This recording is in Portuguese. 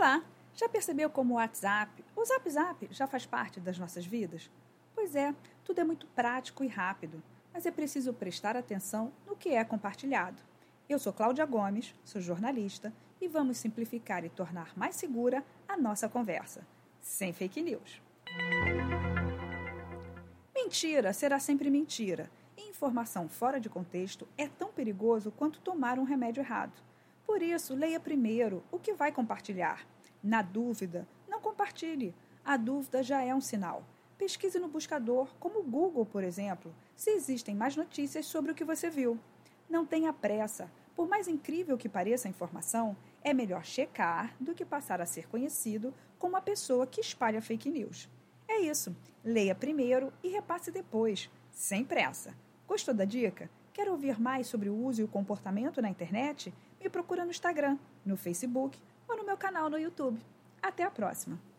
Olá! Já percebeu como o Zap já faz parte das nossas vidas? Pois é, tudo é muito prático e rápido, mas é preciso prestar atenção no que é compartilhado. Eu sou Cláudia Gomes, sou jornalista e vamos simplificar e tornar mais segura a nossa conversa, sem fake news. Mentira será sempre mentira, e informação fora de contexto é tão perigoso quanto tomar um remédio errado. Por isso, leia primeiro o que vai compartilhar. Na dúvida, não compartilhe. A dúvida já é um sinal. Pesquise no buscador, como o Google, por exemplo, se existem mais notícias sobre o que você viu. Não tenha pressa. Por mais incrível que pareça a informação, é melhor checar do que passar a ser conhecido como a pessoa que espalha fake news. É isso. Leia primeiro e repasse depois, sem pressa. Gostou da dica? Quer ouvir mais sobre o uso e o comportamento na internet? Me procura no Instagram, no Facebook ou no meu canal no YouTube. Até a próxima!